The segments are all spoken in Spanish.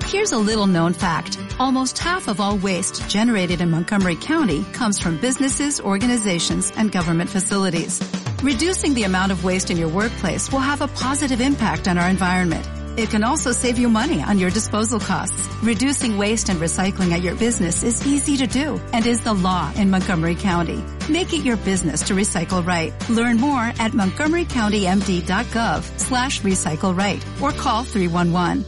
Here's a little known fact. Almost half of all waste generated in Montgomery County comes from businesses, organizations, and government facilities. Reducing the amount of waste in your workplace will have a positive impact on our environment. It can also save you money on your disposal costs. Reducing waste and recycling at your business is easy to do and is the law in Montgomery County. Make it your business to recycle right. Learn more at montgomerycountymd.gov/recycle right or call 311.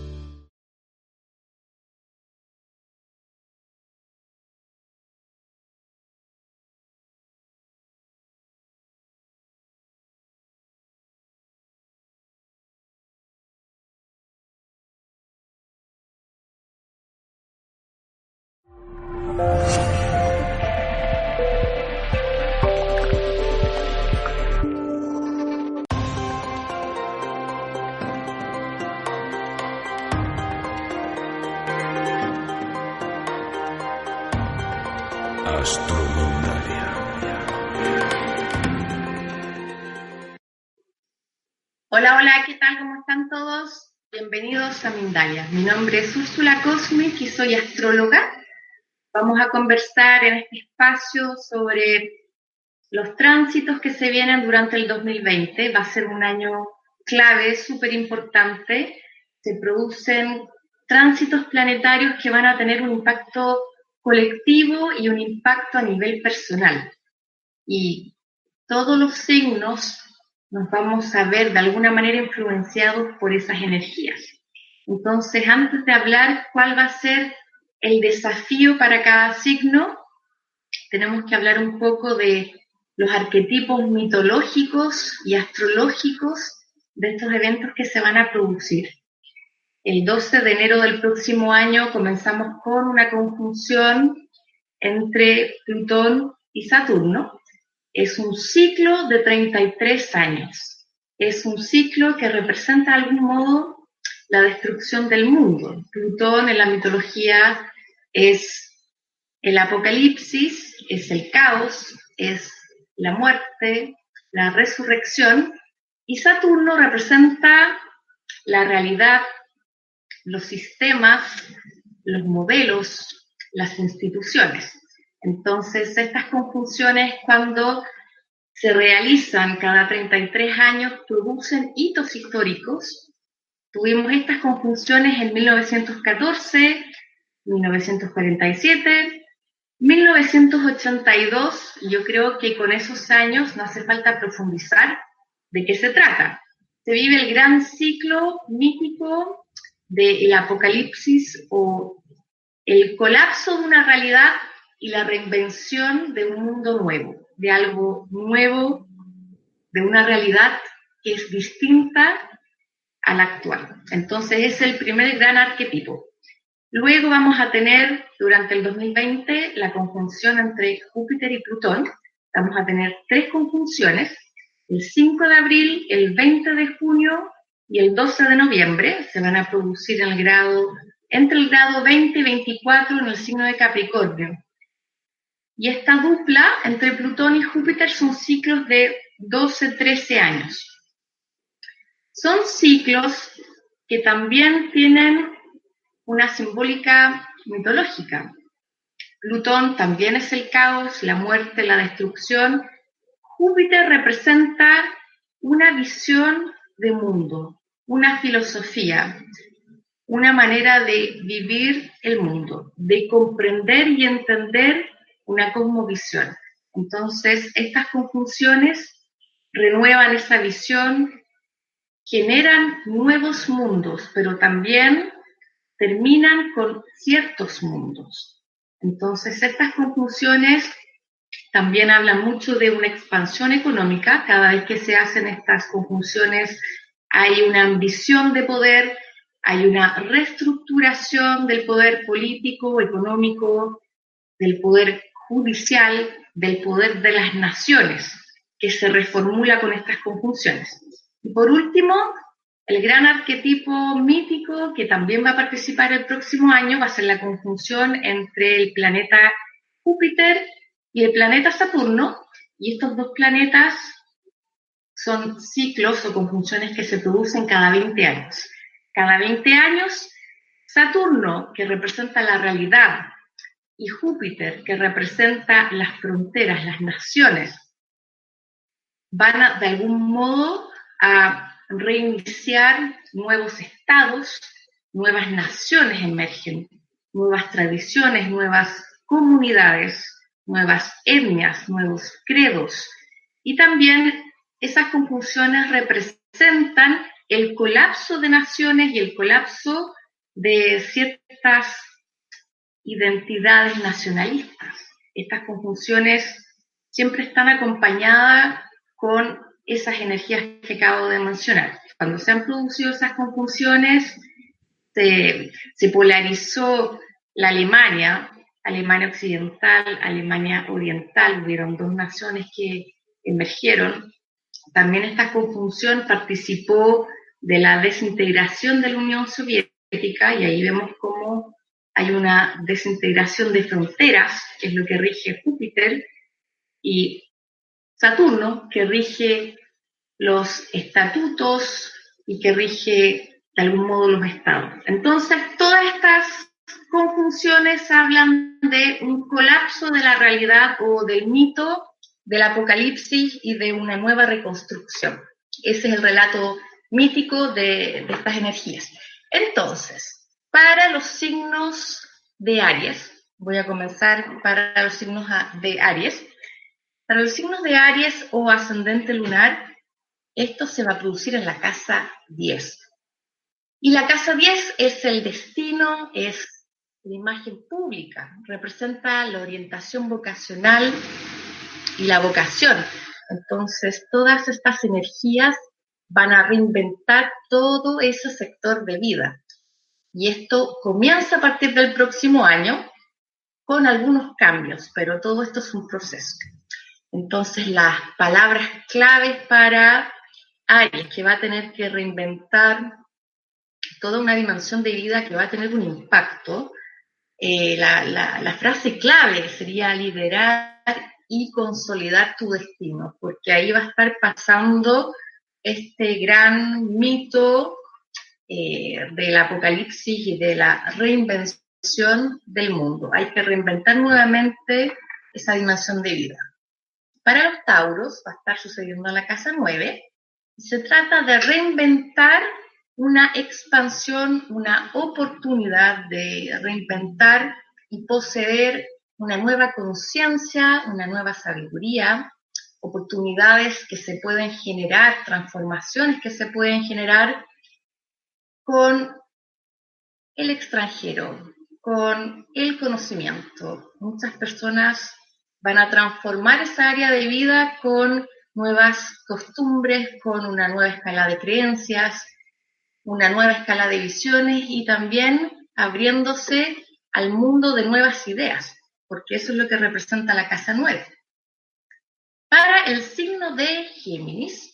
Hola, hola, ¿qué tal? ¿Cómo están todos? Bienvenidos a Mindalia. Mi nombre es Úrsula Cosmic y soy astróloga. Vamos a conversar en este espacio sobre los tránsitos que se vienen durante el 2020. Va a ser un año clave, súper importante. Se producen tránsitos planetarios que van a tener un impacto colectivo y un impacto a nivel personal. Y todos los signos nos vamos a ver de alguna manera influenciados por esas energías. Entonces, antes de hablar cuál va a ser el desafío para cada signo, tenemos que hablar un poco de los arquetipos mitológicos y astrológicos de estos eventos que se van a producir. El 12 de enero del próximo año comenzamos con una conjunción entre Plutón y Saturno. Es un ciclo de 33 años. Es un ciclo que representa de algún modo la destrucción del mundo. Plutón en la mitología es el apocalipsis, es el caos, es la muerte, la resurrección, y Saturno representa la realidad, los sistemas, los modelos, las instituciones. Entonces, estas conjunciones, cuando se realizan cada 33 años, producen hitos históricos. Tuvimos estas conjunciones en 1914, 1947, 1982. Yo creo que con esos años no hace falta profundizar de qué se trata. Se vive el gran ciclo mítico del apocalipsis o el colapso de una realidad y la reinvención de un mundo nuevo, de algo nuevo, de una realidad que es distinta a la actual. Entonces es el primer gran arquetipo. Luego vamos a tener durante el 2020 la conjunción entre Júpiter y Plutón. Vamos a tener 3 conjunciones, el 5 de abril, el 20 de junio y el 12 de noviembre. Se van a producir entre el grado 20 y 24 en el signo de Capricornio. Y esta dupla entre Plutón y Júpiter son ciclos de 12-13 años. Son ciclos que también tienen una simbólica mitológica. Plutón también es el caos, la muerte, la destrucción. Júpiter representa una visión de mundo, una filosofía, una manera de vivir el mundo, de comprender y entender una cosmovisión. Entonces, estas conjunciones renuevan esa visión, generan nuevos mundos, pero también terminan con ciertos mundos. Entonces, estas conjunciones también hablan mucho de una expansión económica. Cada vez que se hacen estas conjunciones hay una ambición de poder, hay una reestructuración del poder político, económico, del poder judicial, del poder de las naciones, que se reformula con estas conjunciones. Y por último, el gran arquetipo mítico que también va a participar el próximo año va a ser la conjunción entre el planeta Júpiter y el planeta Saturno, y estos dos planetas son ciclos o conjunciones que se producen cada 20 años. Cada 20 años Saturno, que representa la realidad, y Júpiter, que representa las fronteras, las naciones, van de algún modo a reiniciar nuevos estados, nuevas naciones emergen, nuevas tradiciones, nuevas comunidades, nuevas etnias, nuevos credos. Y también esas conjunciones representan el colapso de naciones y el colapso de ciertas identidades nacionalistas. Estas conjunciones siempre están acompañadas con esas energías que acabo de mencionar. Cuando se han producido esas conjunciones, se polarizó la Alemania occidental, Alemania oriental, hubieron dos naciones que emergieron. También esta conjunción participó de la desintegración de la Unión Soviética, y ahí vemos cómo hay una desintegración de fronteras, que es lo que rige Júpiter, y Saturno, que rige los estatutos y que rige de algún modo los estados. Entonces, todas estas conjunciones hablan de un colapso de la realidad o del mito del apocalipsis y de una nueva reconstrucción. Ese es el relato mítico de estas energías. Entonces, para los signos de Aries, voy a comenzar para los signos de Aries. Para los signos de Aries o ascendente lunar, esto se va a producir en la casa 10. Y la casa 10 es el destino, es la imagen pública, representa la orientación vocacional y la vocación. Entonces, todas estas energías van a reinventar todo ese sector de vida. Y esto comienza a partir del próximo año con algunos cambios, pero todo esto es un proceso. Entonces, las palabras claves para Aries, que va a tener que reinventar toda una dimensión de vida que va a tener un impacto, la frase clave sería liderar y consolidar tu destino, porque ahí va a estar pasando este gran mito del apocalipsis y de la reinvención del mundo. Hay que reinventar nuevamente esa dimensión de vida. Para los Tauros va a estar sucediendo en la casa 9, y se trata de reinventar una expansión, una oportunidad de reinventar y poseer una nueva conciencia, una nueva sabiduría, oportunidades que se pueden generar, transformaciones que se pueden generar con el extranjero, con el conocimiento. Muchas personas van a transformar esa área de vida con nuevas costumbres, con una nueva escala de creencias, una nueva escala de visiones y también abriéndose al mundo de nuevas ideas, porque eso es lo que representa la casa 9. Para el signo de Géminis,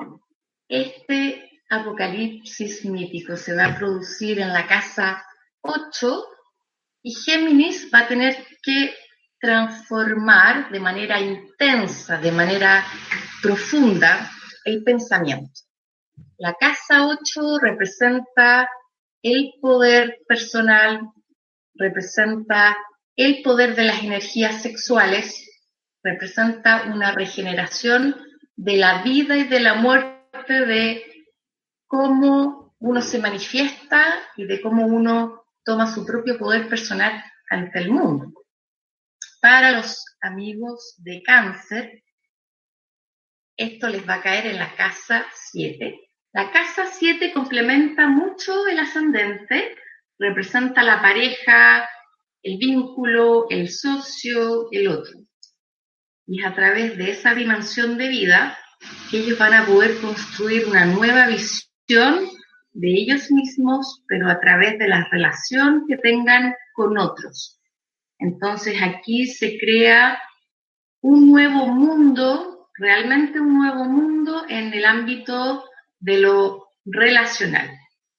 este apocalipsis mítico se va a producir en la casa 8 y Géminis va a tener que transformar de manera intensa, de manera profunda, el pensamiento. La casa 8 representa el poder personal, representa el poder de las energías sexuales, representa una regeneración de la vida y de la muerte, de cómo uno se manifiesta y de cómo uno toma su propio poder personal ante el mundo. Para los amigos de Cáncer, esto les va a caer en la casa 7. La casa 7 complementa mucho el ascendente, representa la pareja, el vínculo, el socio, el otro. Y es a través de esa dimensión de vida que ellos van a poder construir una nueva visión de ellos mismos, pero a través de la relación que tengan con otros. Entonces aquí se crea un nuevo mundo, realmente un nuevo mundo en el ámbito de lo relacional.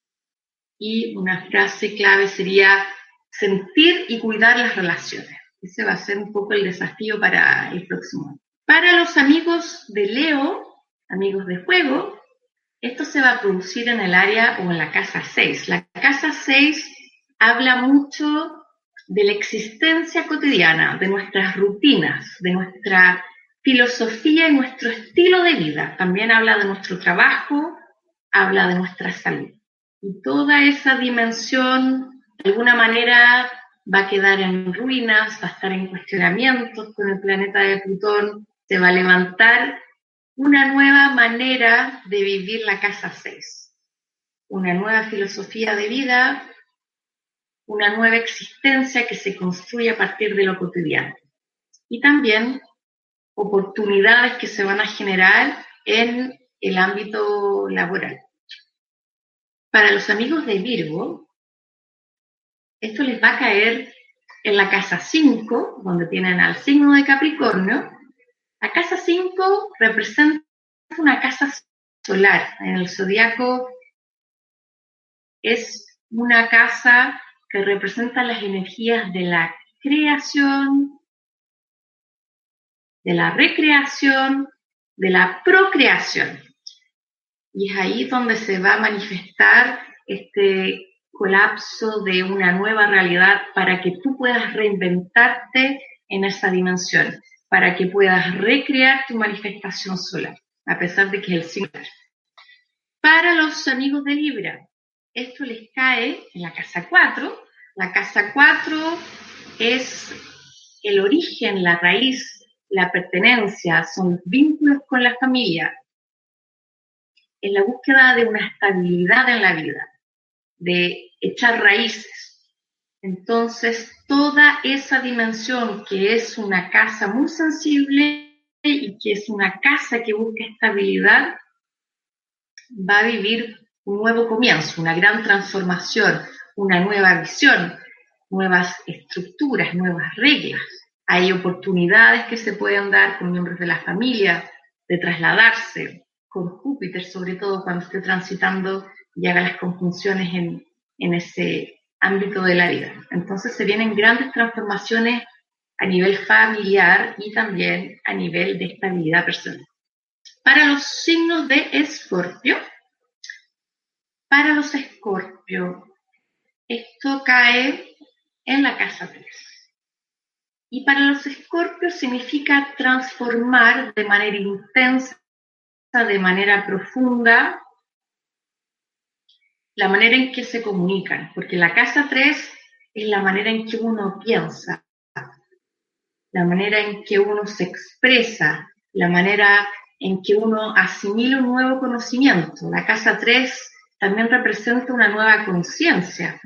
Y una frase clave sería sentir y cuidar las relaciones. Ese va a ser un poco el desafío para el próximo año. Para los amigos de Leo, amigos de fuego, esto se va a producir en el área o en la casa 6. La casa 6 habla mucho de la existencia cotidiana, de nuestras rutinas, de nuestra filosofía y nuestro estilo de vida. También habla de nuestro trabajo, habla de nuestra salud. Y toda esa dimensión, de alguna manera, va a quedar en ruinas, va a estar en cuestionamientos con el planeta de Plutón, se va a levantar una nueva manera de vivir la casa 6, una nueva filosofía de vida, una nueva existencia que se construye a partir de lo cotidiano. Y también oportunidades que se van a generar en el ámbito laboral. Para los amigos de Virgo, esto les va a caer en la casa 5, donde tienen al signo de Capricornio. La casa 5 representa una casa solar. En el zodiaco es una casa que representa las energías de la creación, de la recreación, de la procreación. Y es ahí donde se va a manifestar este colapso de una nueva realidad para que tú puedas reinventarte en esa dimensión, para que puedas recrear tu manifestación solar, a pesar de que es el signo. Para los amigos de Libra, esto les cae en la casa 4. La casa 4 es el origen, la raíz, la pertenencia, son los vínculos con la familia, en la búsqueda de una estabilidad en la vida, de echar raíces. Entonces, toda esa dimensión que es una casa muy sensible y que es una casa que busca estabilidad, va a vivir un nuevo comienzo, una gran transformación, una nueva visión, nuevas estructuras, nuevas reglas. Hay oportunidades que se pueden dar con miembros de la familia, de trasladarse, con Júpiter, sobre todo cuando esté transitando y haga las conjunciones en ese ámbito de la vida. Entonces se vienen grandes transformaciones a nivel familiar y también a nivel de estabilidad personal. Para los signos de Escorpio, esto cae en la casa 3. Y para los Escorpios significa transformar de manera intensa, de manera profunda, la manera en que se comunican, porque la casa 3 es la manera en que uno piensa, la manera en que uno se expresa, la manera en que uno asimila un nuevo conocimiento. La casa 3 también representa una nueva conciencia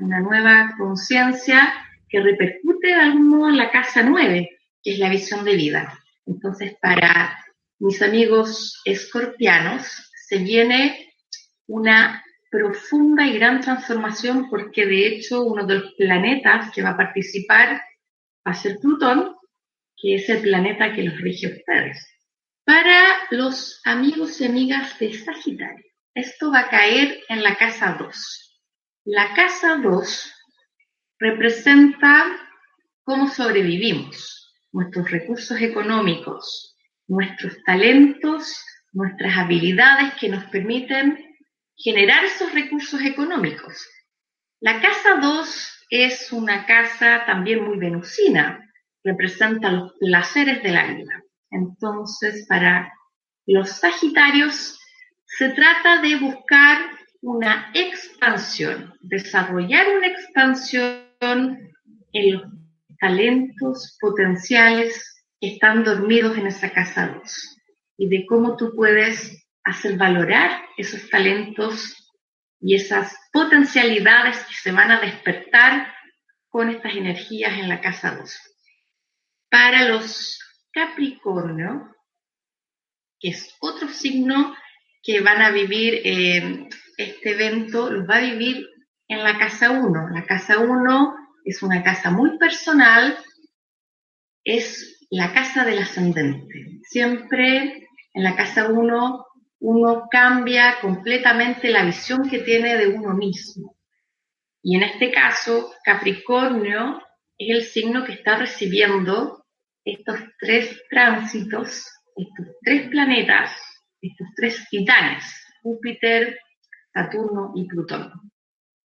que repercute de algún modo en la casa 9, que es la visión de vida. Entonces, para mis amigos escorpianos, se viene una profunda y gran transformación, porque de hecho uno de los planetas que va a participar va a ser Plutón, que es el planeta que los rige a ustedes. Para los amigos y amigas de Sagitario, esto va a caer en la casa 2. La casa 2 representa cómo sobrevivimos, nuestros recursos económicos, nuestros talentos, nuestras habilidades que nos permiten generar esos recursos económicos. La casa 2 es una casa también muy venusina, representa los placeres de la vida. Entonces, para los Sagitarios se trata de buscar una expansión, desarrollar una expansión en los talentos potenciales que están dormidos en esa casa 2 y de cómo tú puedes hacer valorar esos talentos y esas potencialidades que se van a despertar con estas energías en la casa 2. Para los Capricornio, que es otro signo que van a vivir este evento, los va a vivir en la casa 1. La casa 1 es una casa muy personal, es la casa del ascendente. Siempre en la casa 1 uno cambia completamente la visión que tiene de uno mismo. Y en este caso, Capricornio es el signo que está recibiendo estos 3 tránsitos, estos 3 planetas, estos 3 titanes, Júpiter, Saturno y Plutón.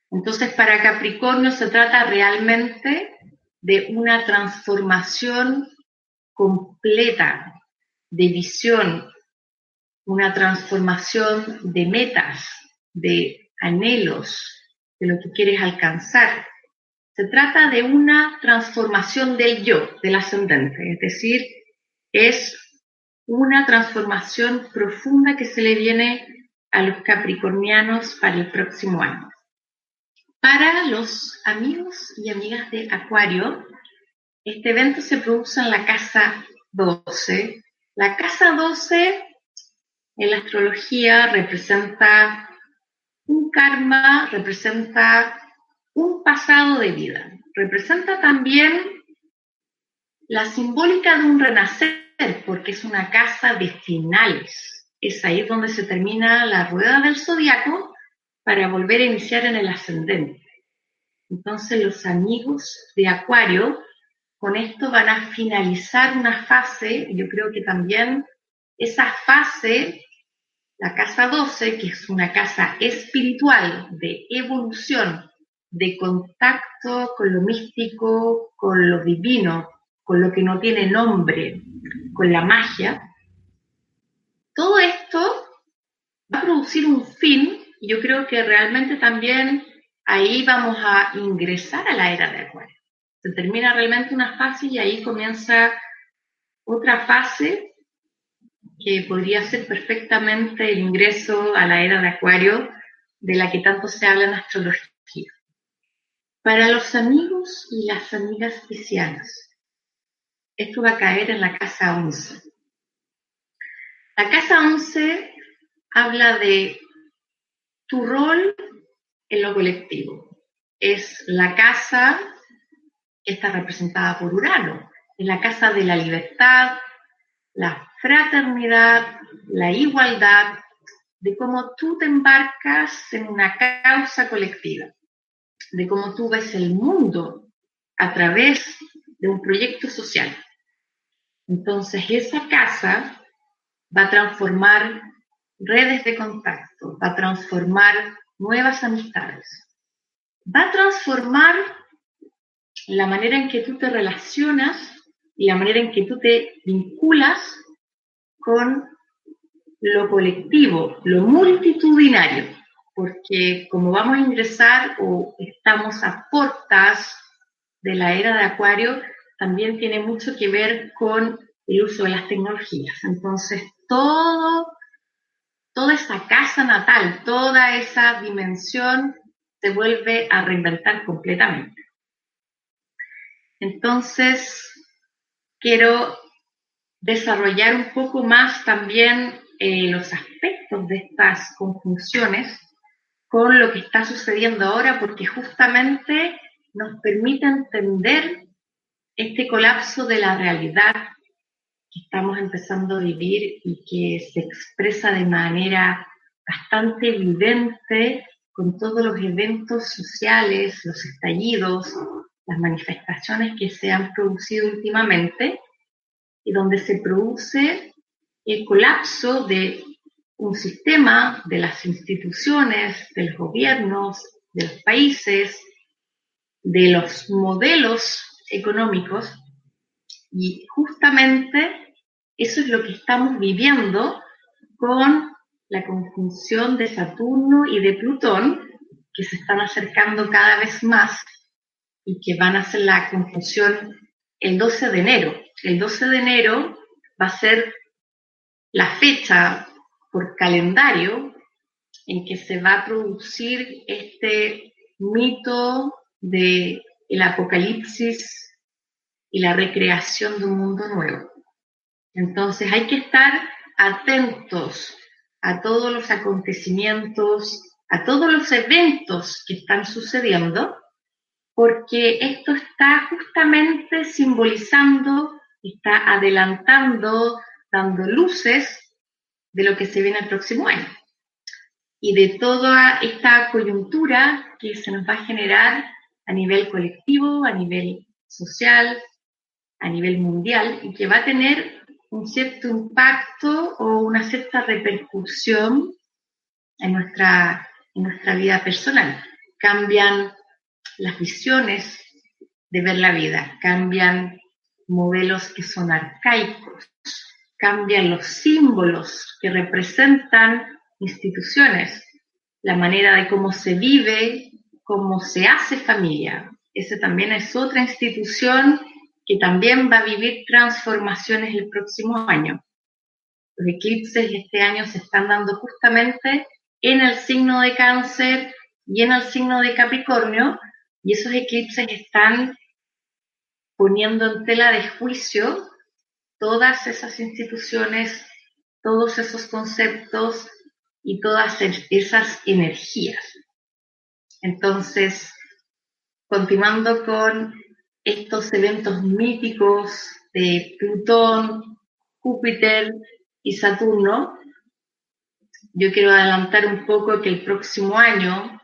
Entonces, para Capricornio se trata realmente de una transformación completa de visión, una transformación de metas, de anhelos, de lo que quieres alcanzar. Se trata de una transformación del yo, del ascendente, es decir, es una transformación profunda que se le viene a los capricornianos para el próximo año. Para los amigos y amigas de Acuario, este evento se produce en la casa 12. La casa 12 en la astrología representa un karma, representa un pasado de vida, representa también la simbólica de un renacer, porque es una casa de finales. Es ahí donde se termina la rueda del zodiaco para volver a iniciar en el ascendente. Entonces los amigos de Acuario con esto van a finalizar una fase, yo creo que también esa fase, la casa 12, que es una casa espiritual de evolución, de contacto con lo místico, con lo divino, con lo que no tiene nombre, con la magia, todo esto va a producir un fin, y yo creo que realmente también ahí vamos a ingresar a la era de Acuario. Se termina realmente una fase y ahí comienza otra fase que podría ser perfectamente el ingreso a la era de Acuario, de la que tanto se habla en astrología. Para los amigos y las amigas piscianas, esto va a caer en la casa 11. La casa 11 habla de tu rol en lo colectivo. Es la casa que está representada por Urano, es la casa de la libertad, la fraternidad, la igualdad, de cómo tú te embarcas en una causa colectiva, de cómo tú ves el mundo a través de un proyecto social. Entonces esa casa va a transformar redes de contacto, va a transformar nuevas amistades, va a transformar la manera en que tú te relacionas y la manera en que tú te vinculas con lo colectivo, lo multitudinario, porque como vamos a ingresar o estamos a puertas de la era de Acuario, también tiene mucho que ver con el uso de las tecnologías. Entonces, toda esa casa natal, toda esa dimensión se vuelve a reinventar completamente. Entonces, quiero desarrollar un poco más también los aspectos de estas conjunciones con lo que está sucediendo ahora, porque justamente nos permite entender este colapso de la realidad que estamos empezando a vivir y que se expresa de manera bastante evidente con todos los eventos sociales, los estallidos, las manifestaciones que se han producido últimamente, y donde se produce el colapso de un sistema, de las instituciones, de los gobiernos, de los países, de los modelos económicos, y justamente eso es lo que estamos viviendo con la conjunción de Saturno y de Plutón, que se están acercando cada vez más y que van a hacer la conjunción el 12 de enero. El 12 de enero va a ser la fecha por calendario en que se va a producir este mito de el apocalipsis y la recreación de un mundo nuevo. Entonces hay que estar atentos a todos los acontecimientos, a todos los eventos que están sucediendo, porque esto está justamente simbolizando, está adelantando, dando luces de lo que se viene el próximo año y de toda esta coyuntura que se nos va a generar a nivel colectivo, a nivel social, a nivel mundial, y que va a tener un cierto impacto o una cierta repercusión en nuestra vida personal. cambian las visiones de ver la vida, cambian modelos que son arcaicos, cambian los símbolos que representan instituciones, la manera de cómo se vive, cómo se hace familia. Esa también es otra institución que también va a vivir transformaciones el próximo año. Los eclipses este año se están dando justamente en el signo de Cáncer y en el signo de Capricornio, y esos eclipses están poniendo en tela de juicio todas esas instituciones, todos esos conceptos y todas esas energías. Entonces, continuando con estos eventos míticos de Plutón, Júpiter y Saturno, yo quiero adelantar un poco que el próximo año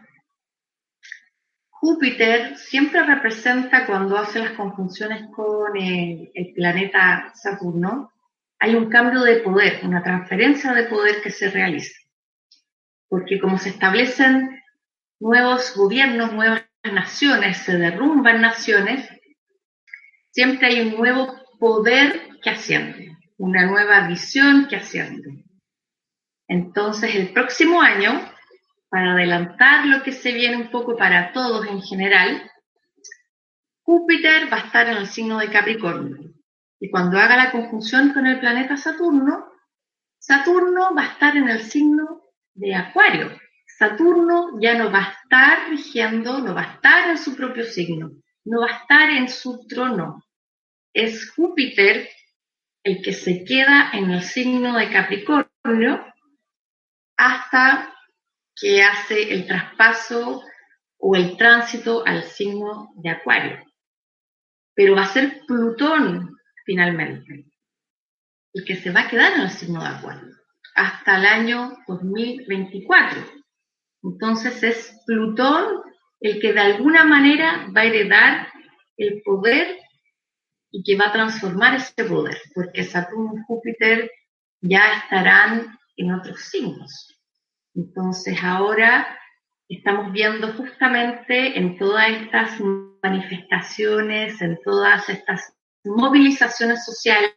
Júpiter siempre representa, cuando hace las conjunciones con el planeta Saturno, hay un cambio de poder, una transferencia de poder que se realiza. Porque como se establecen nuevos gobiernos, nuevas naciones, se derrumban naciones, siempre hay un nuevo poder que asciende, una nueva visión que asciende. Entonces, el próximo año, para adelantar lo que se viene un poco para todos en general, Júpiter va a estar en el signo de Capricornio. Y cuando haga la conjunción con el planeta Saturno, Saturno va a estar en el signo de Acuario. Saturno ya no va a estar rigiendo, no va a estar en su propio signo, no va a estar en su trono. Es Júpiter el que se queda en el signo de Capricornio hasta que hace el traspaso o el tránsito al signo de Acuario. Pero va a ser Plutón, finalmente, el que se va a quedar en el signo de Acuario hasta el año 2024. Entonces es Plutón el que de alguna manera va a heredar el poder y que va a transformar ese poder, porque Saturno y Júpiter ya estarán en otros signos. Entonces ahora estamos viendo justamente en todas estas manifestaciones, en todas estas movilizaciones sociales,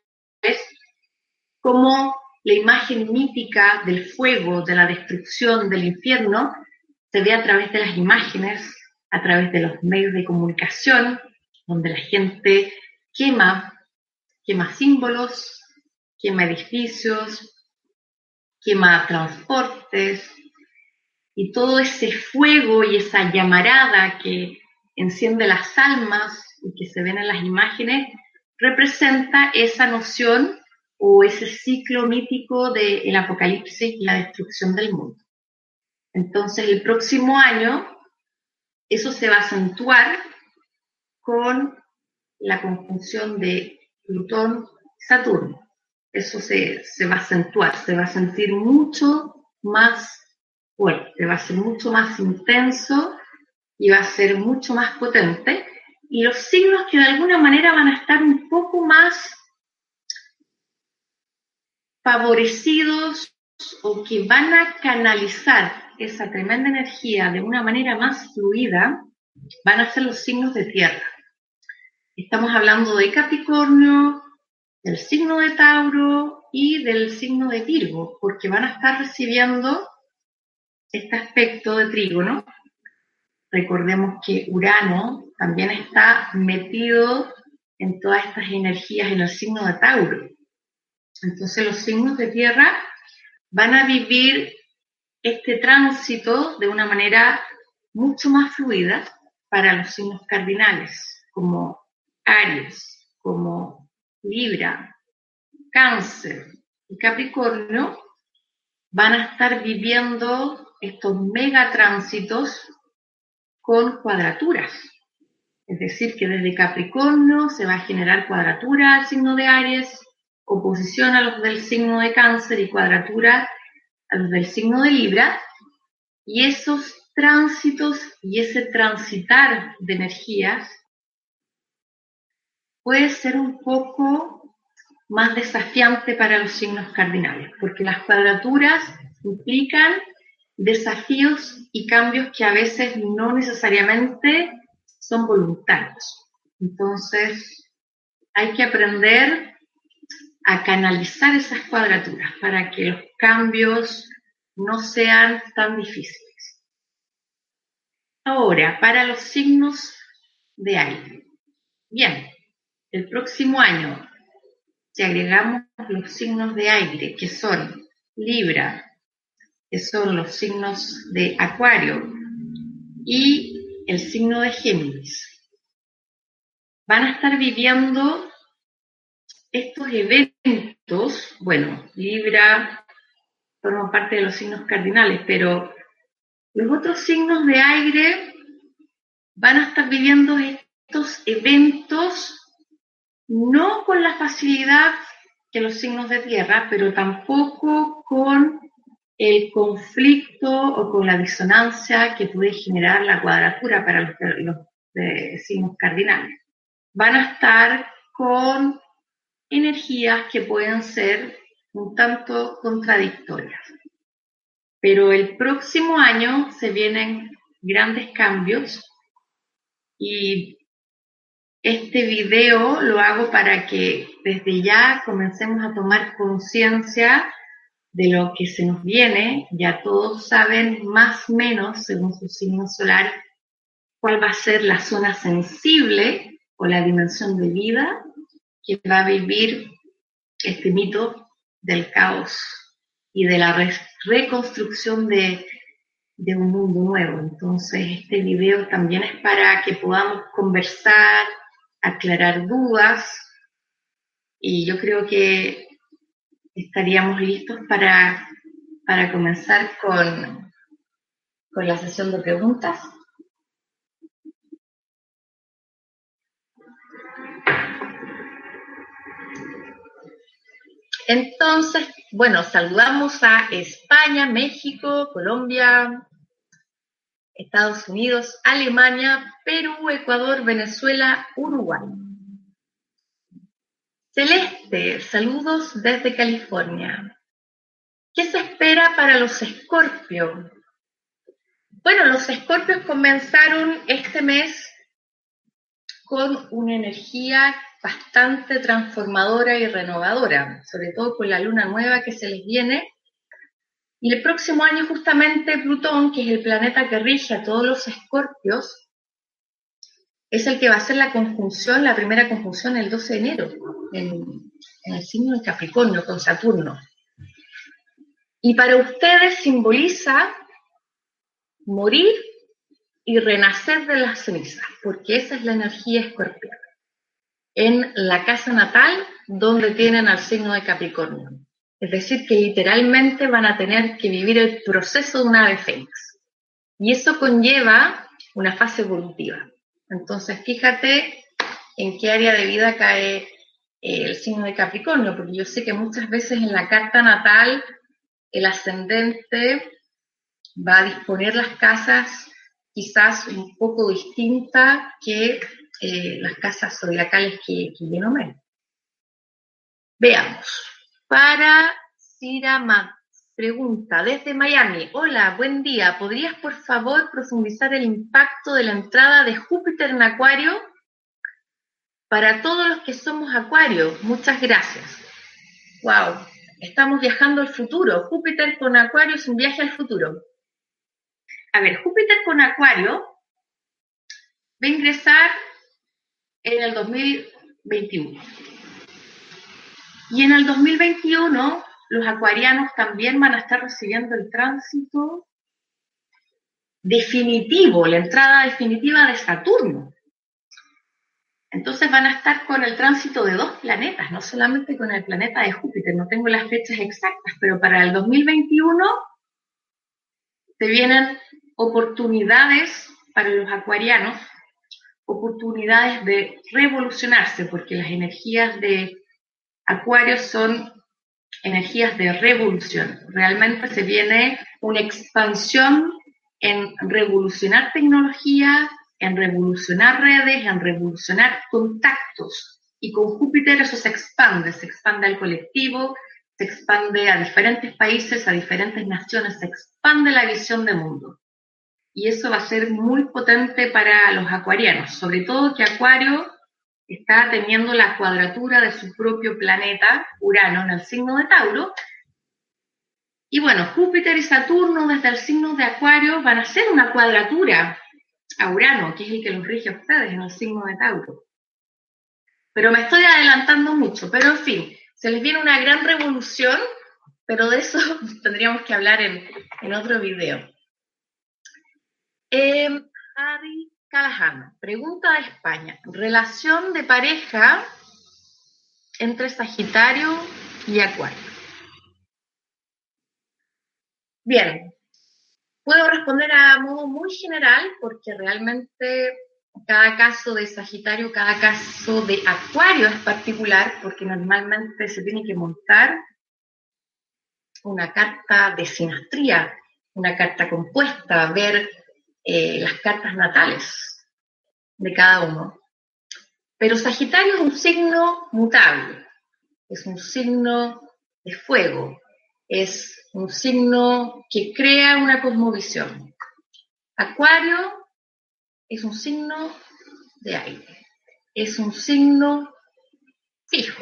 cómo la imagen mítica del fuego, de la destrucción, del infierno, se ve a través de las imágenes, a través de los medios de comunicación, donde la gente quema símbolos, quema edificios, quema transportes, y todo ese fuego y esa llamarada que enciende las almas y que se ven en las imágenes, representa esa noción o ese ciclo mítico del apocalipsis y la destrucción del mundo. Entonces, el próximo año, eso se va a acentuar con la conjunción de Plutón-Saturno. Eso se va a acentuar, se va a sentir mucho más fuerte, va a ser mucho más intenso y va a ser mucho más potente. Y los signos que de alguna manera van a estar un poco más favorecidos o que van a canalizar esa tremenda energía de una manera más fluida, van a ser los signos de tierra. Estamos hablando de Capricornio, del signo de Tauro y del signo de Virgo, porque van a estar recibiendo este aspecto de trígono. Recordemos que Urano también está metido en todas estas energías en el signo de Tauro. Entonces los signos de tierra van a vivir este tránsito de una manera mucho más fluida para los signos cardinales, como Aries, como Libra, Cáncer y Capricornio. Van a estar viviendo estos megatránsitos con cuadraturas. Es decir, que desde Capricornio se va a generar cuadratura al signo de Aries, oposición a los del signo de Cáncer y cuadratura a los del signo de Libra. Y esos tránsitos y ese transitar de energías puede ser un poco más desafiante para los signos cardinales, porque las cuadraturas implican desafíos y cambios que a veces no necesariamente son voluntarios. Entonces, hay que aprender a canalizar esas cuadraturas para que los cambios no sean tan difíciles. Ahora, para los signos de aire. Bien, el próximo año, si agregamos los signos de aire, que son Libra, que son los signos de Acuario, y el signo de Géminis, van a estar viviendo estos eventos. Bueno, Libra forma parte de los signos cardinales, pero los otros signos de aire van a estar viviendo estos eventos no con la facilidad que los signos de tierra, pero tampoco con el conflicto o con la disonancia que puede generar la cuadratura para los signos cardinales. Van a estar con energías que pueden ser un tanto contradictorias. Pero el próximo año se vienen grandes cambios y este video lo hago para que desde ya comencemos a tomar conciencia de lo que se nos viene. Ya todos saben más o menos, según su signo solar, cuál va a ser la zona sensible o la dimensión de vida que va a vivir este mito del caos y de la reconstrucción de un mundo nuevo. Entonces, este video también es para que podamos conversar, aclarar dudas, y yo creo que estaríamos listos para comenzar con la sesión de preguntas. Entonces, bueno, saludamos a España, México, Colombia, Estados Unidos, Alemania, Perú, Ecuador, Venezuela, Uruguay. Celeste, saludos desde California. ¿Qué se espera para los Escorpio? Bueno, los Escorpios comenzaron este mes con una energía bastante transformadora y renovadora, sobre todo con la luna nueva que se les viene. Y el próximo año justamente Plutón, que es el planeta que rige a todos los Escorpios, es el que va a hacer la conjunción, la primera conjunción el 12 de enero, en el signo de Capricornio con Saturno. Y para ustedes simboliza morir y renacer de las cenizas, porque esa es la energía escorpiana, en la casa natal donde tienen al signo de Capricornio. Es decir, que literalmente van a tener que vivir el proceso de una ave fénix. Y eso conlleva una fase evolutiva. Entonces, fíjate en qué área de vida cae el signo de Capricornio, porque yo sé que muchas veces en la carta natal el ascendente va a disponer las casas quizás un poco distintas que las casas zodiacales que yo ven. Veamos. Para Cira pregunta desde Miami. Hola, buen día. ¿Podrías por favor profundizar el impacto de la entrada de Júpiter en Acuario para todos los que somos Acuario? Muchas gracias. Wow, estamos viajando al futuro. Júpiter con Acuario es un viaje al futuro. A ver, Júpiter con Acuario va a ingresar en el 2021. Y en el 2021 los acuarianos también van a estar recibiendo el tránsito definitivo, la entrada definitiva de Saturno. Entonces van a estar con el tránsito de dos planetas, no solamente con el planeta de Júpiter. No tengo las fechas exactas, pero para el 2021 se vienen oportunidades para los acuarianos, oportunidades de revolucionarse, porque las energías de Acuario son energías de revolución. Realmente se viene una expansión en revolucionar tecnología, en revolucionar redes, en revolucionar contactos. Y con Júpiter eso se expande al colectivo, se expande a diferentes países, a diferentes naciones, se expande la visión de mundo. Y eso va a ser muy potente para los acuarianos, sobre todo que Acuario está teniendo la cuadratura de su propio planeta, Urano, en el signo de Tauro. Y bueno, Júpiter y Saturno desde el signo de Acuario van a hacer una cuadratura a Urano, que es el que los rige a ustedes en el signo de Tauro. Pero me estoy adelantando mucho, pero en fin, se les viene una gran revolución, pero de eso tendríamos que hablar en otro video. Adi Callahan, pregunta de España, relación de pareja entre Sagitario y Acuario. Bien, puedo responder a modo muy general porque realmente cada caso de Sagitario, cada caso de Acuario es particular porque normalmente se tiene que montar una carta de sinastría, una carta compuesta, ver las cartas natales de cada uno. Pero Sagitario es un signo mutable, es un signo de fuego, es un signo que crea una cosmovisión. Acuario es un signo de aire, es un signo fijo.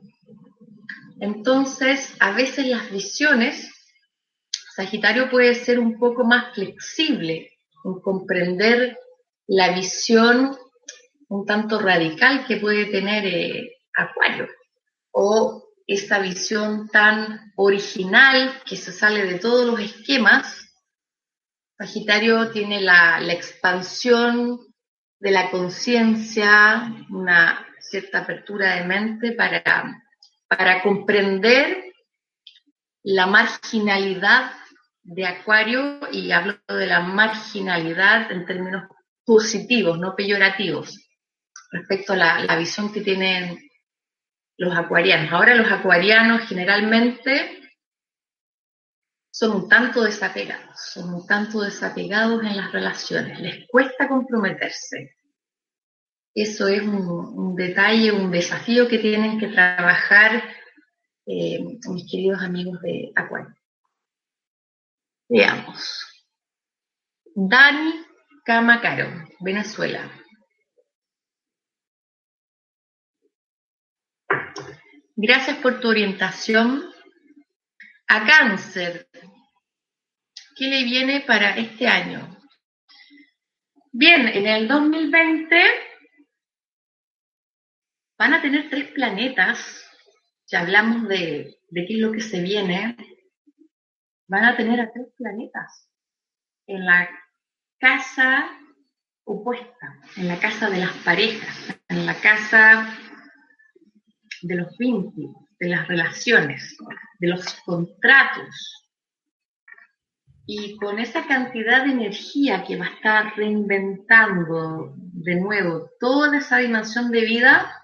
Entonces, a veces las visiones, Sagitario puede ser un poco más flexible en comprender la visión un tanto radical que puede tener Acuario, o esa visión tan original que se sale de todos los esquemas. Sagitario tiene la expansión de la conciencia, una cierta apertura de mente para comprender la marginalidad de Acuario, y hablo de la marginalidad en términos positivos, no peyorativos, respecto a la visión que tienen los acuarianos. Ahora los acuarianos generalmente son un tanto desapegados en las relaciones, les cuesta comprometerse. Eso es un detalle, un desafío que tienen que trabajar mis queridos amigos de Acuario. Veamos. Dani Camacaro, Venezuela. Gracias por tu orientación. A Cáncer, ¿qué le viene para este año? Bien, en el 2020 van a tener 3 planetas, ya hablamos de qué es lo que se viene, van a tener a 3 planetas en la casa opuesta, en la casa de las parejas, en la casa de los vínculos, de las relaciones, de los contratos. Y con esa cantidad de energía que va a estar reinventando de nuevo toda esa dimensión de vida,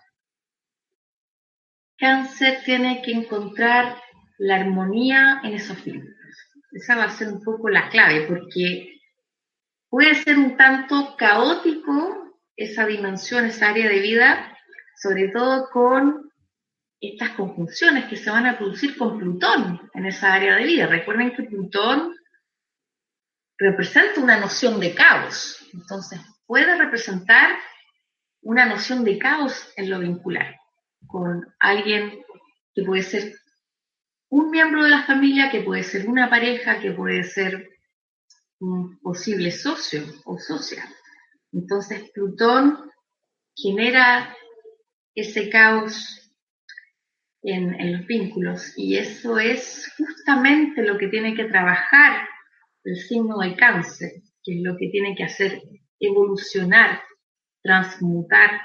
Cáncer tiene que encontrar la armonía en esos vínculos. Esa va a ser un poco la clave, porque puede ser un tanto caótico esa dimensión, esa área de vida, sobre todo con estas conjunciones que se van a producir con Plutón en esa área de vida. Recuerden que Plutón representa una noción de caos, entonces puede representar una noción de caos en lo vincular, con alguien que puede ser un miembro de la familia, que puede ser una pareja, que puede ser un posible socio o socia. Entonces Plutón genera ese caos en los vínculos, y eso es justamente lo que tiene que trabajar el signo de Cáncer, que es lo que tiene que hacer evolucionar, transmutar,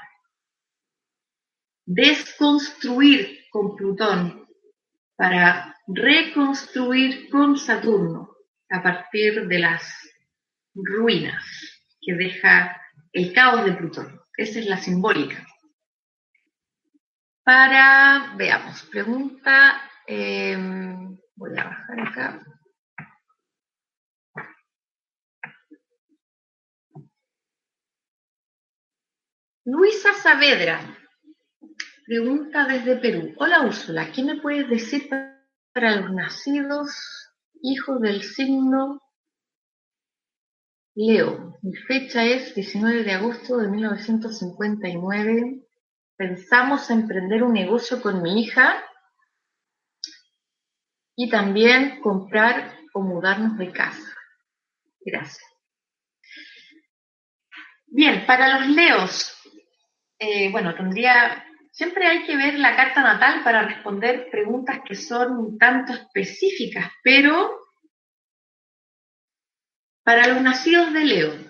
desconstruir con Plutón para reconstruir con Saturno a partir de las ruinas que deja el caos de Plutón. Esa es la simbólica. Veamos, pregunta, voy a bajar acá. Luisa Saavedra pregunta desde Perú. Hola Úrsula, ¿qué me puedes decir para los nacidos, hijos del signo Leo. Mi fecha es 19 de agosto de 1959. Pensamos emprender un negocio con mi hija y también comprar o mudarnos de casa. Gracias. Bien, para los Leos, siempre hay que ver la carta natal para responder preguntas que son un tanto específicas, pero para los nacidos de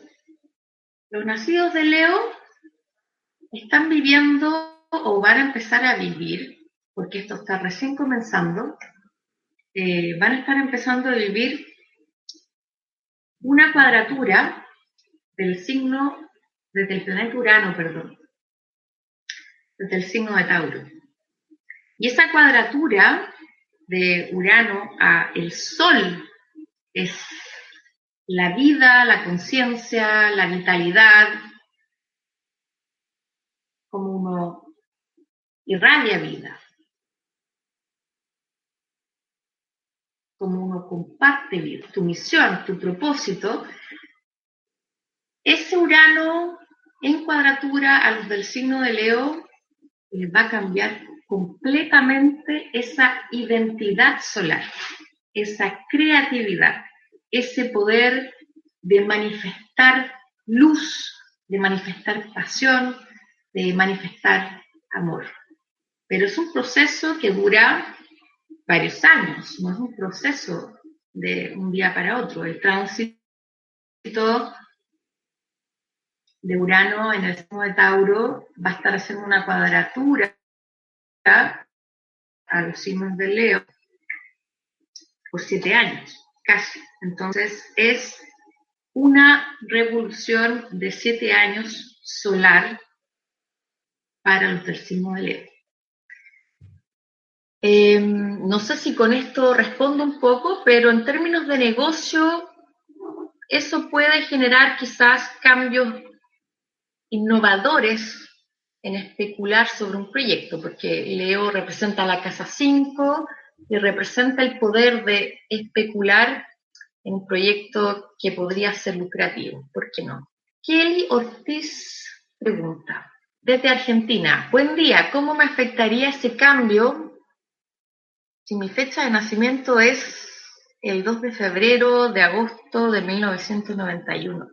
Leo están viviendo o van a empezar a vivir, porque esto está recién comenzando, van a estar empezando a vivir una cuadratura del signo, desde el planeta Urano, desde el signo de Tauro. Y esa cuadratura de Urano a el Sol es la vida, la conciencia, la vitalidad, como uno irradia vida, como uno comparte vida, tu misión, tu propósito. Ese Urano en cuadratura a los del signo de Leo les va a cambiar completamente esa identidad solar, esa creatividad, ese poder de manifestar luz, de manifestar pasión, de manifestar amor. Pero es un proceso que dura varios años, no es un proceso de un día para otro. El tránsito de Urano en el signo de Tauro va a estar haciendo una cuadratura a los signos de Leo por 7 años, casi. Entonces es una revolución de 7 años solar para los del signo de Leo. No sé si con esto respondo un poco, pero en términos de negocio, eso puede generar quizás cambios innovadores en especular sobre un proyecto, porque Leo representa la casa 5 y representa el poder de especular en un proyecto que podría ser lucrativo. ¿Por qué no? Kelly Ortiz pregunta, desde Argentina, buen día, ¿cómo me afectaría ese cambio si mi fecha de nacimiento es el 2 de febrero de agosto de 1991?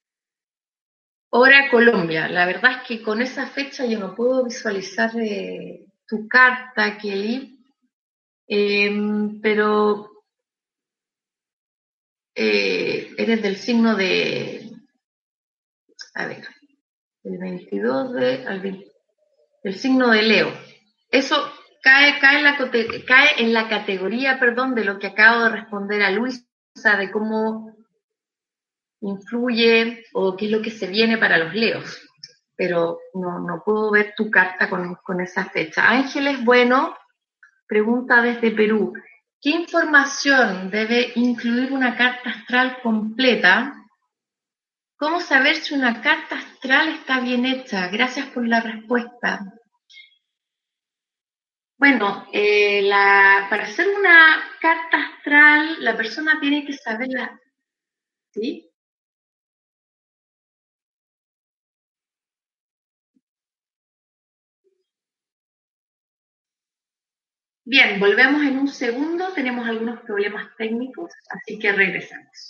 Hora Colombia. La verdad es que con esa fecha yo no puedo visualizar tu carta, Kelly, pero eres del signo de, a ver, el 22 del signo de Leo. Eso cae en la categoría, de lo que acabo de responder a Luisa, de cómo influye o qué es lo que se viene para los Leos. Pero no puedo ver tu carta con esa fecha. Ángeles Bueno pregunta desde Perú, ¿qué información debe incluir una carta astral completa? ¿Cómo saber si una carta astral está bien hecha? Gracias por la respuesta. Bueno, para hacer una carta astral, la persona tiene que saberla, ¿sí? Bien, volvemos en un segundo, tenemos algunos problemas técnicos, así que regresamos.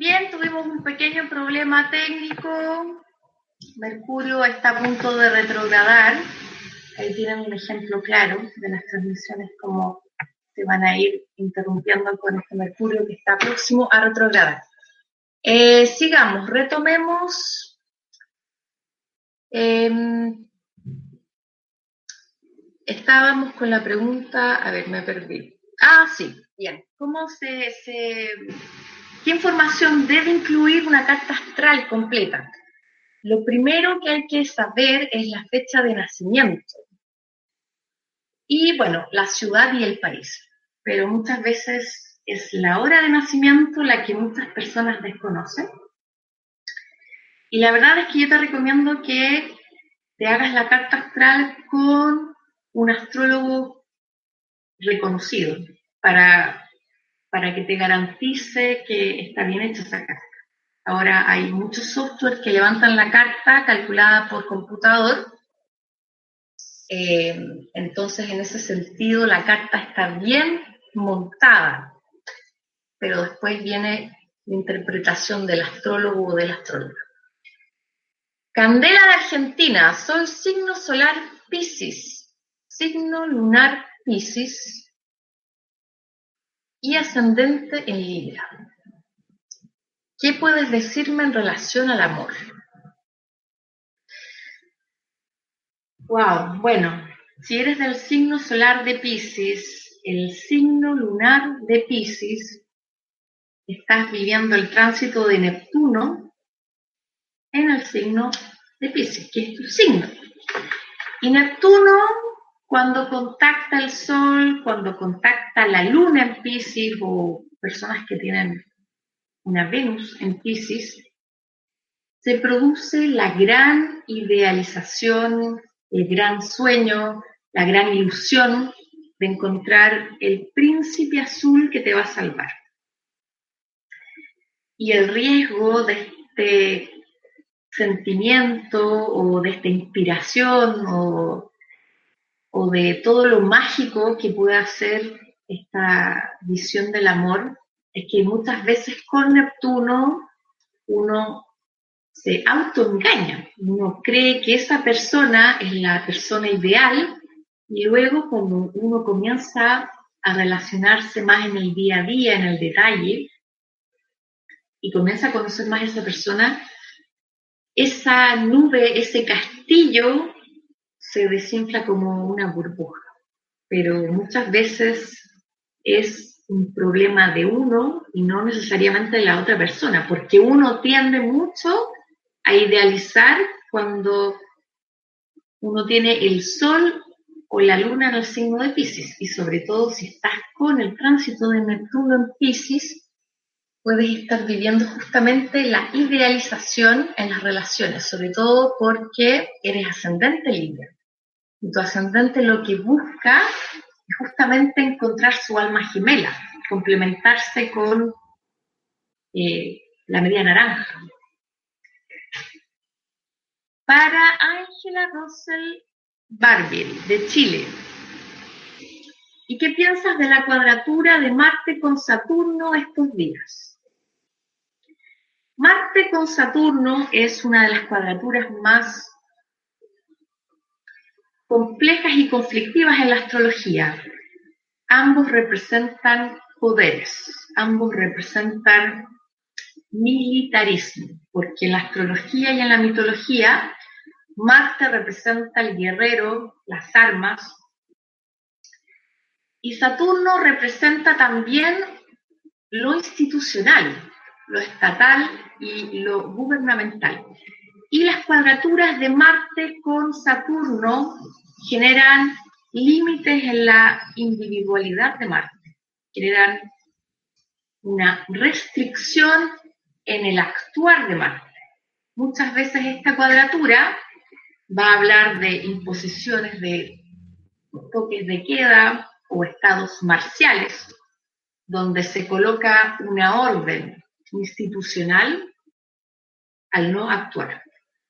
Bien, tuvimos un pequeño problema técnico. Mercurio está a punto de retrogradar. Ahí tienen un ejemplo claro de las transmisiones, como se van a ir interrumpiendo con este Mercurio que está próximo a retrogradar. Sigamos, retomemos. Estábamos con la pregunta, a ver, me perdí. Sí, bien. ¿Qué información debe incluir una carta astral completa? Lo primero que hay que saber es la fecha de nacimiento. Y bueno, la ciudad y el país. Pero muchas veces es la hora de nacimiento la que muchas personas desconocen. Y la verdad es que yo te recomiendo que te hagas la carta astral con un astrólogo reconocido para que te garantice que está bien hecha esa carta. Ahora hay muchos softwares que levantan la carta calculada por computador. Entonces, en ese sentido, la carta está bien montada, pero después viene la interpretación del astrólogo o de la astróloga. Candela de Argentina, soy signo solar Piscis, signo lunar Piscis y ascendente en Libra. ¿Qué puedes decirme en relación al amor? Wow, bueno, si eres del signo solar de Piscis, el signo lunar de Piscis, estás viviendo el tránsito de Neptuno en el signo de Piscis, que es tu signo. Y Neptuno, cuando contacta el Sol, cuando contacta la Luna en Piscis, o personas que tienen una Venus en Piscis, se produce la gran idealización, el gran sueño, la gran ilusión de encontrar el príncipe azul que te va a salvar. Y el riesgo de este sentimiento o de esta inspiración o de todo lo mágico que puede hacer esta visión del amor es que muchas veces con Neptuno uno se autoengaña, uno cree que esa persona es la persona ideal y luego cuando uno comienza a relacionarse más en el día a día, en el detalle, y comienza a conocer más a esa persona, esa nube, ese castillo se desinfla como una burbuja, pero muchas veces es un problema de uno y no necesariamente de la otra persona, porque uno tiende mucho a idealizar cuando uno tiene el Sol o la Luna en el signo de Piscis, y sobre todo si estás con el tránsito de Neptuno en Piscis, puedes estar viviendo justamente la idealización en las relaciones, sobre todo porque eres ascendente Libra. Y tu ascendente lo que busca es justamente encontrar su alma gemela, complementarse con la media naranja. Para Ángela Rosel Barbieri, de Chile. ¿Y qué piensas de la cuadratura de Marte con Saturno estos días? Marte con Saturno es una de las cuadraturas más complejas y conflictivas en la astrología. Ambos representan poderes, ambos representan militarismo, porque en la astrología y en la mitología Marte representa el guerrero, las armas, y Saturno representa también lo institucional, lo estatal y lo gubernamental. Y las cuadraturas de Marte con Saturno generan límites en la individualidad de Marte, generan una restricción en el actuar de Marte. Muchas veces esta cuadratura va a hablar de imposiciones de toques de queda o estados marciales, donde se coloca una orden institucional al no actuar.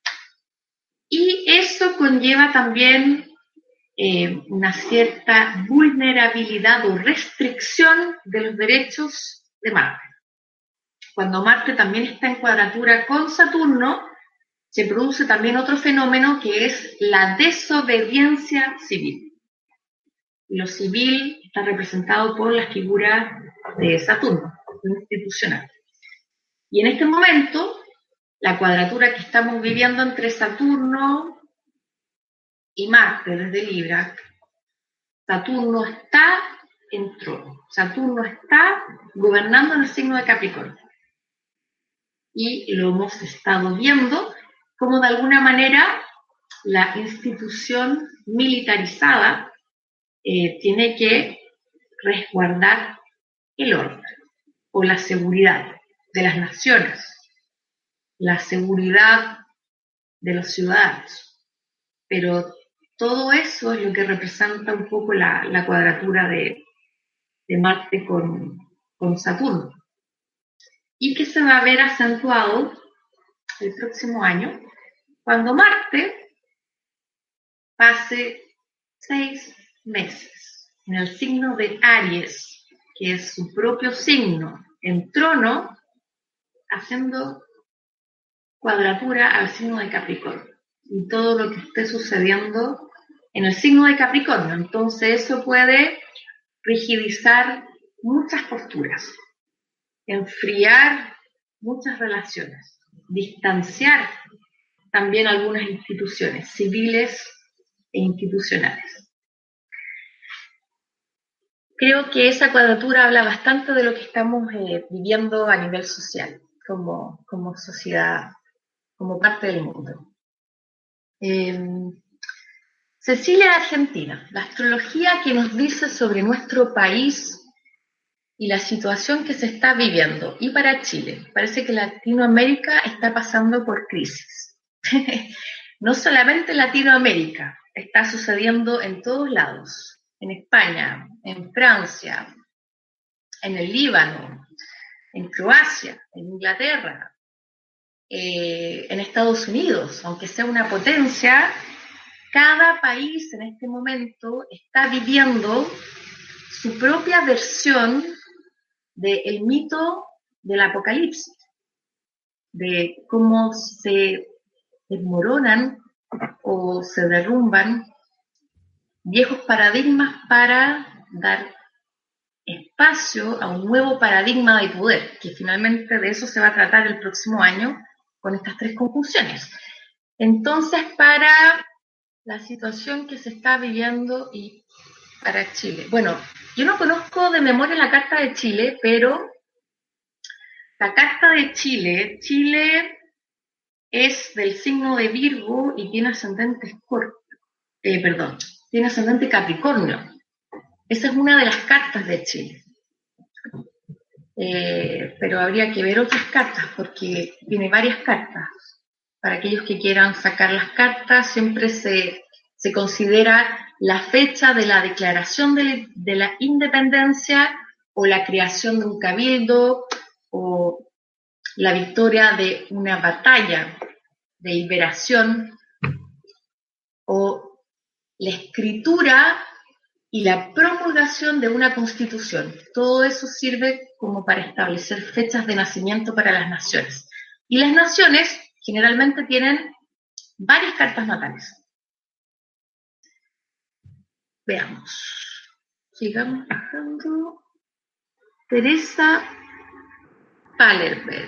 Y eso conlleva también una cierta vulnerabilidad o restricción de los derechos de Marte. cuando Marte también está en cuadratura con Saturno, se produce también otro fenómeno que es la desobediencia civil. Lo civil está representado por la figura de Saturno, institucional. Y en este momento, la cuadratura que estamos viviendo entre Saturno y Marte desde Libra, Saturno está en trono, Saturno está gobernando en el signo de Capricornio. Y lo hemos estado viendo como de alguna manera la institución militarizada tiene que resguardar el orden o la seguridad de las naciones, la seguridad de los ciudadanos. Pero todo eso es lo que representa un poco la cuadratura de Marte con Saturno. Y que se va a ver acentuado el próximo año, cuando Marte pase 6 meses en el signo de Aries, que es su propio signo, en trono, haciendo cuadratura al signo de Capricornio. Y todo lo que esté sucediendo en el signo de Capricornio. Entonces eso puede rigidizar muchas posturas, enfriar muchas relaciones, distanciar también algunas instituciones civiles e institucionales. Creo que esa cuadratura habla bastante de lo que estamos viviendo a nivel social, como sociedad, como parte del mundo. Cecilia, Argentina, la astrología que nos dice sobre nuestro país y la situación que se está viviendo. Y para Chile, parece que Latinoamérica está pasando por crisis. No solamente Latinoamérica, está sucediendo en todos lados. En España, en Francia, en el Líbano, en Croacia, en Inglaterra, en Estados Unidos, aunque sea una potencia, cada país en este momento está viviendo su propia versión del mito del apocalipsis, de cómo se desmoronan o se derrumban viejos paradigmas para dar espacio a un nuevo paradigma de poder, que finalmente de eso se va a tratar el próximo año con estas 3 conjunciones. Entonces, para la situación que se está viviendo y para Chile. Bueno, yo no conozco de memoria la carta de Chile, pero la carta de Chile es del signo de Virgo y tiene ascendente tiene ascendente Capricornio. Esa es una de las cartas de Chile. Pero habría que ver otras cartas porque tiene varias cartas. Para aquellos que quieran sacar las cartas, siempre se considera la fecha de la declaración de la independencia o la creación de un cabildo o la victoria de una batalla de liberación o la escritura y la promulgación de una constitución. Todo eso sirve como para establecer fechas de nacimiento para las naciones. Y las naciones generalmente tienen varias cartas natales. Veamos. Sigamos bajando. Teresa Palerberg.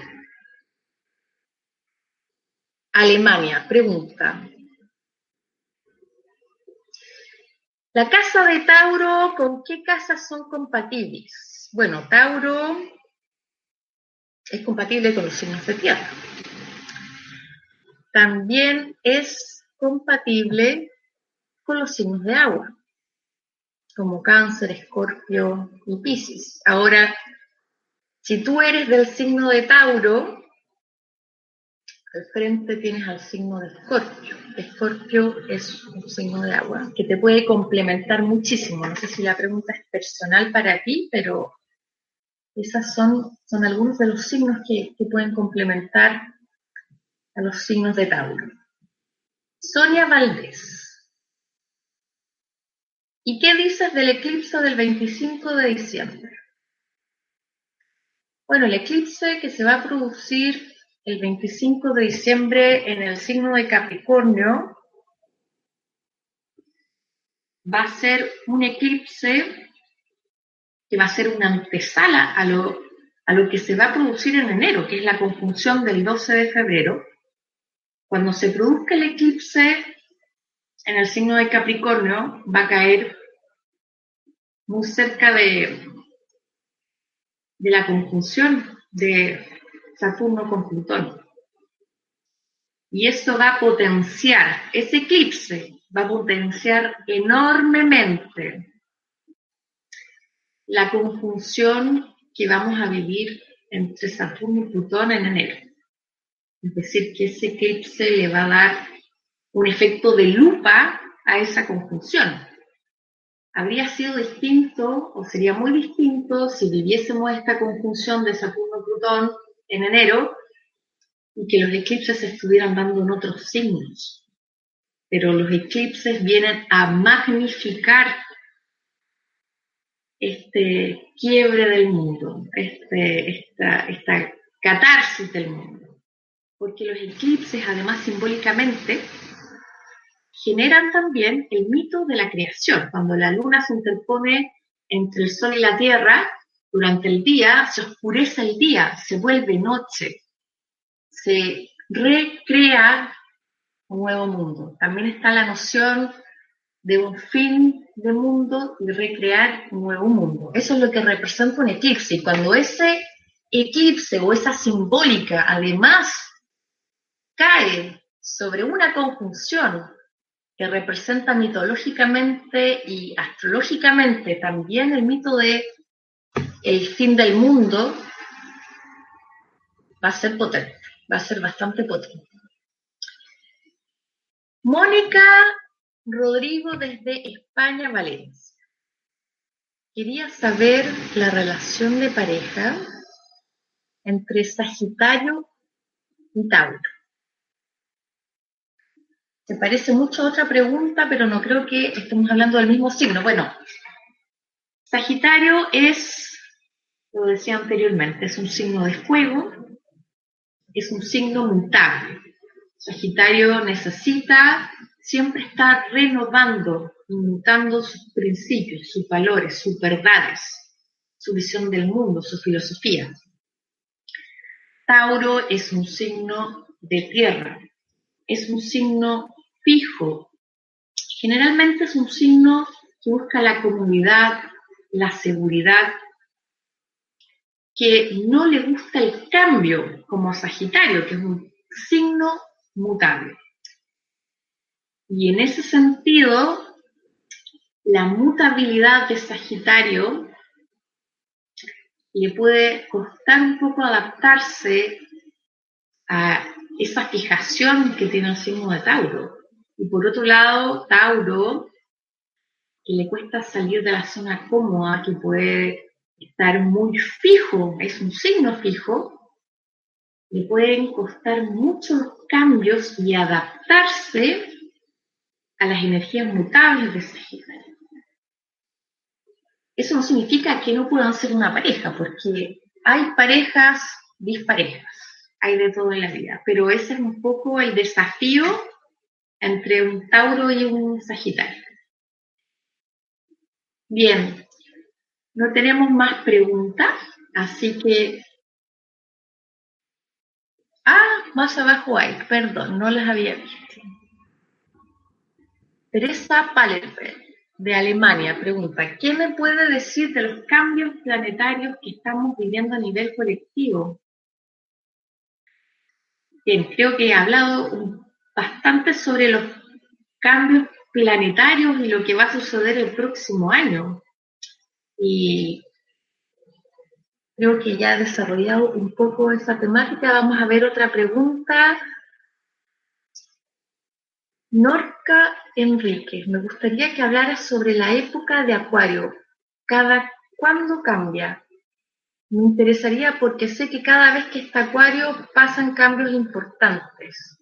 Alemania. Pregunta. La casa de Tauro, ¿con qué casas son compatibles? Bueno, Tauro es compatible con los signos de tierra. También es compatible con los signos de agua, como Cáncer, Escorpio y Piscis. Ahora, si tú eres del signo de Tauro, al frente tienes al signo de Escorpio. Escorpio es un signo de agua que te puede complementar muchísimo. No sé si la pregunta es personal para ti, pero esas son algunos de los signos que pueden complementar a los signos de Tauro. Sonia Valdés. ¿Y qué dices del eclipse del 25 de diciembre? Bueno, el eclipse que se va a producir el 25 de diciembre en el signo de Capricornio va a ser un eclipse que va a ser una antesala a lo que se va a producir en enero, que es la conjunción del 12 de febrero. Cuando se produzca el eclipse en el signo de Capricornio, va a caer muy cerca de la conjunción de Saturno con Plutón. Y eso va a potenciar, ese eclipse va a potenciar enormemente la conjunción que vamos a vivir entre Saturno y Plutón en enero. Es decir, que ese eclipse le va a dar un efecto de lupa a esa conjunción. Habría sido distinto, o sería muy distinto, si viviésemos esta conjunción de Saturno-Plutón en enero y que los eclipses se estuvieran dando en otros signos. Pero los eclipses vienen a magnificar este quiebre del mundo, esta catarsis del mundo. Porque los eclipses, además simbólicamente, generan también el mito de la creación. Cuando la luna se interpone entre el sol y la tierra, durante el día se oscurece el día, se vuelve noche, se recrea un nuevo mundo. También está la noción de un fin de mundo y recrear un nuevo mundo. Eso es lo que representa un eclipse. Y cuando ese eclipse o esa simbólica además cae sobre una conjunción que representa mitológicamente y astrológicamente también el mito de el fin del mundo, va a ser potente, va a ser bastante potente. Mónica Rodrigo desde España, Valencia. Quería saber la relación de pareja entre Sagitario y Tauro. Se parece mucho a otra pregunta, pero no creo que estemos hablando del mismo signo. Bueno, Sagitario es, lo decía anteriormente, es un signo de fuego, es un signo mutable. Sagitario necesita siempre estar renovando y mutando sus principios, sus valores, sus verdades, su visión del mundo, su filosofía. Tauro es un signo de tierra, es un signo fijo. Generalmente es un signo que busca la comodidad, la seguridad, que no le gusta el cambio, como Sagitario, que es un signo mutable. Y en ese sentido, la mutabilidad de Sagitario le puede costar un poco adaptarse a esa fijación que tiene el signo de Tauro. Y por otro lado, Tauro, que le cuesta salir de la zona cómoda, que puede estar muy fijo, es un signo fijo, le pueden costar muchos cambios y adaptarse a las energías mutables de Sagitario. Eso no significa que no puedan ser una pareja, porque hay parejas disparejas, hay de todo en la vida, pero ese es un poco el desafío entre un Tauro y un Sagitario. Bien, no tenemos más preguntas, así que... más abajo hay, perdón, no las había visto. Teresa Pallenberg, de Alemania, pregunta, ¿qué me puede decir de los cambios planetarios que estamos viviendo a nivel colectivo? Bien, creo que he hablado bastante sobre los cambios planetarios y lo que va a suceder el próximo año. Y creo que ya he desarrollado un poco esa temática. Vamos a ver otra pregunta. Norca Enríquez, me gustaría que hablaras sobre la época de Acuario. ¿Cuándo cambia? Me interesaría porque sé que cada vez que está Acuario pasan cambios importantes.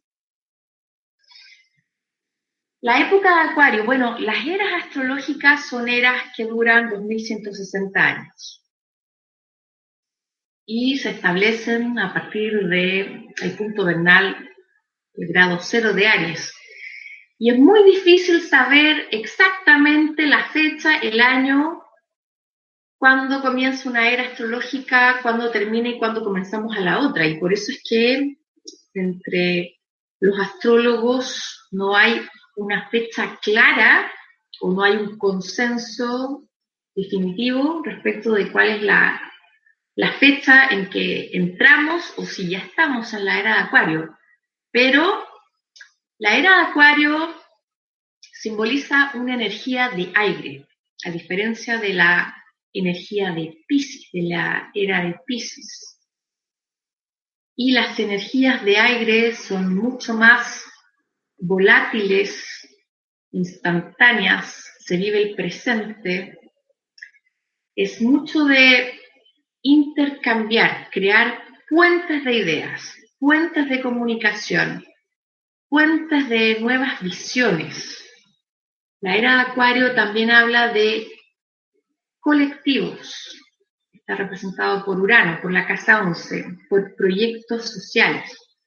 La época de Acuario, bueno, las eras astrológicas son eras que duran 2160 años. y se establecen a partir del punto vernal del grado 0 de Aries. Y es muy difícil saber exactamente la fecha, el año, cuándo comienza una era astrológica, cuándo termina y cuándo comenzamos a la otra. Y por eso es que entre los astrólogos no hay una fecha clara o no hay un consenso definitivo respecto de cuál es la fecha en que entramos o si ya estamos en la era de Acuario. Pero la era de Acuario simboliza una energía de aire, a diferencia de la energía de Piscis, de la era de Piscis. Y las energías de aire son mucho más volátiles, instantáneas, se vive el presente. Es mucho de intercambiar, crear puentes de ideas, puentes de comunicación, puentes de nuevas visiones. La era de Acuario también habla de colectivos. Está representado por Urano, por la casa 11, por proyectos sociales.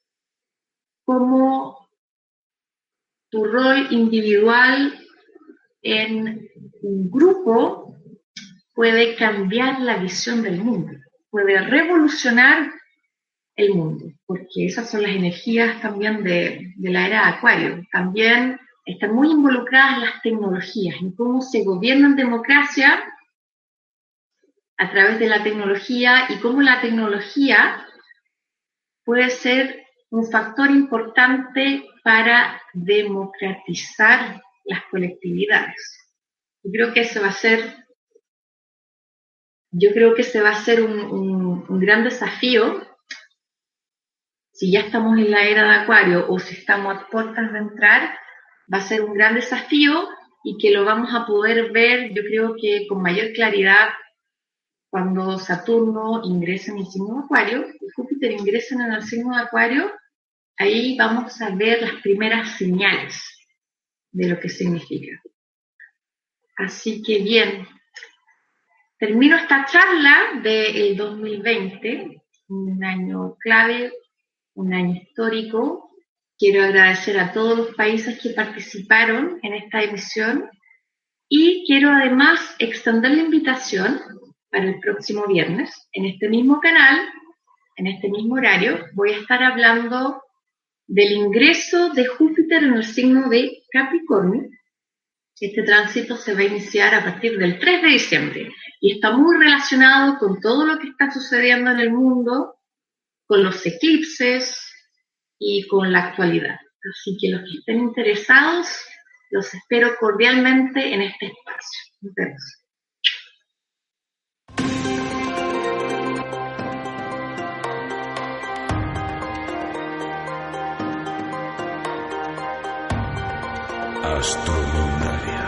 Como tu rol individual en un grupo puede cambiar la visión del mundo, puede revolucionar el mundo, porque esas son las energías también de la era de Acuario. También están muy involucradas las tecnologías, en cómo se gobierna en democracia a través de la tecnología y cómo la tecnología puede ser un factor importante para democratizar las colectividades. Yo creo que ese va a ser un gran desafío. Si ya estamos en la era de Acuario o si estamos a puertas de entrar, va a ser un gran desafío y que lo vamos a poder ver, yo creo que con mayor claridad, cuando Saturno ingresa en el signo de Acuario y Júpiter ingresa en el signo de Acuario. Ahí vamos a ver las primeras señales de lo que significa. Así que bien, termino esta charla del 2020, un año clave, un año histórico. Quiero agradecer a todos los países que participaron en esta emisión y quiero además extender la invitación para el próximo viernes. En este mismo canal, en este mismo horario, voy a estar hablando del ingreso de Júpiter en el signo de Capricornio. Este tránsito se va a iniciar a partir del 3 de diciembre y está muy relacionado con todo lo que está sucediendo en el mundo, con los eclipses y con la actualidad. Así que los que estén interesados, los espero cordialmente en este espacio. Nos vemos. Astrolunaria.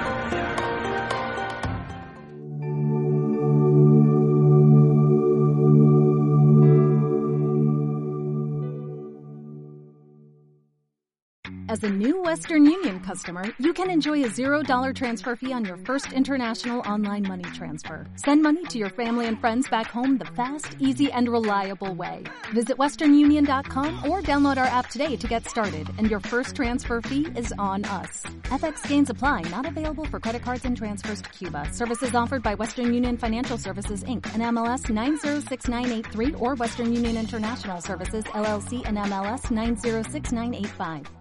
As a new Western Union customer, you can enjoy a $0 transfer fee on your first international online money transfer. Send money to your family and friends back home the fast, easy, and reliable way. Visit westernunion.com or download our app today to get started, and your first transfer fee is on us. FX gains apply, not available for credit cards and transfers to Cuba. Services offered by Western Union Financial Services, Inc., and MLS 906983, or Western Union International Services, LLC, and MLS 906985.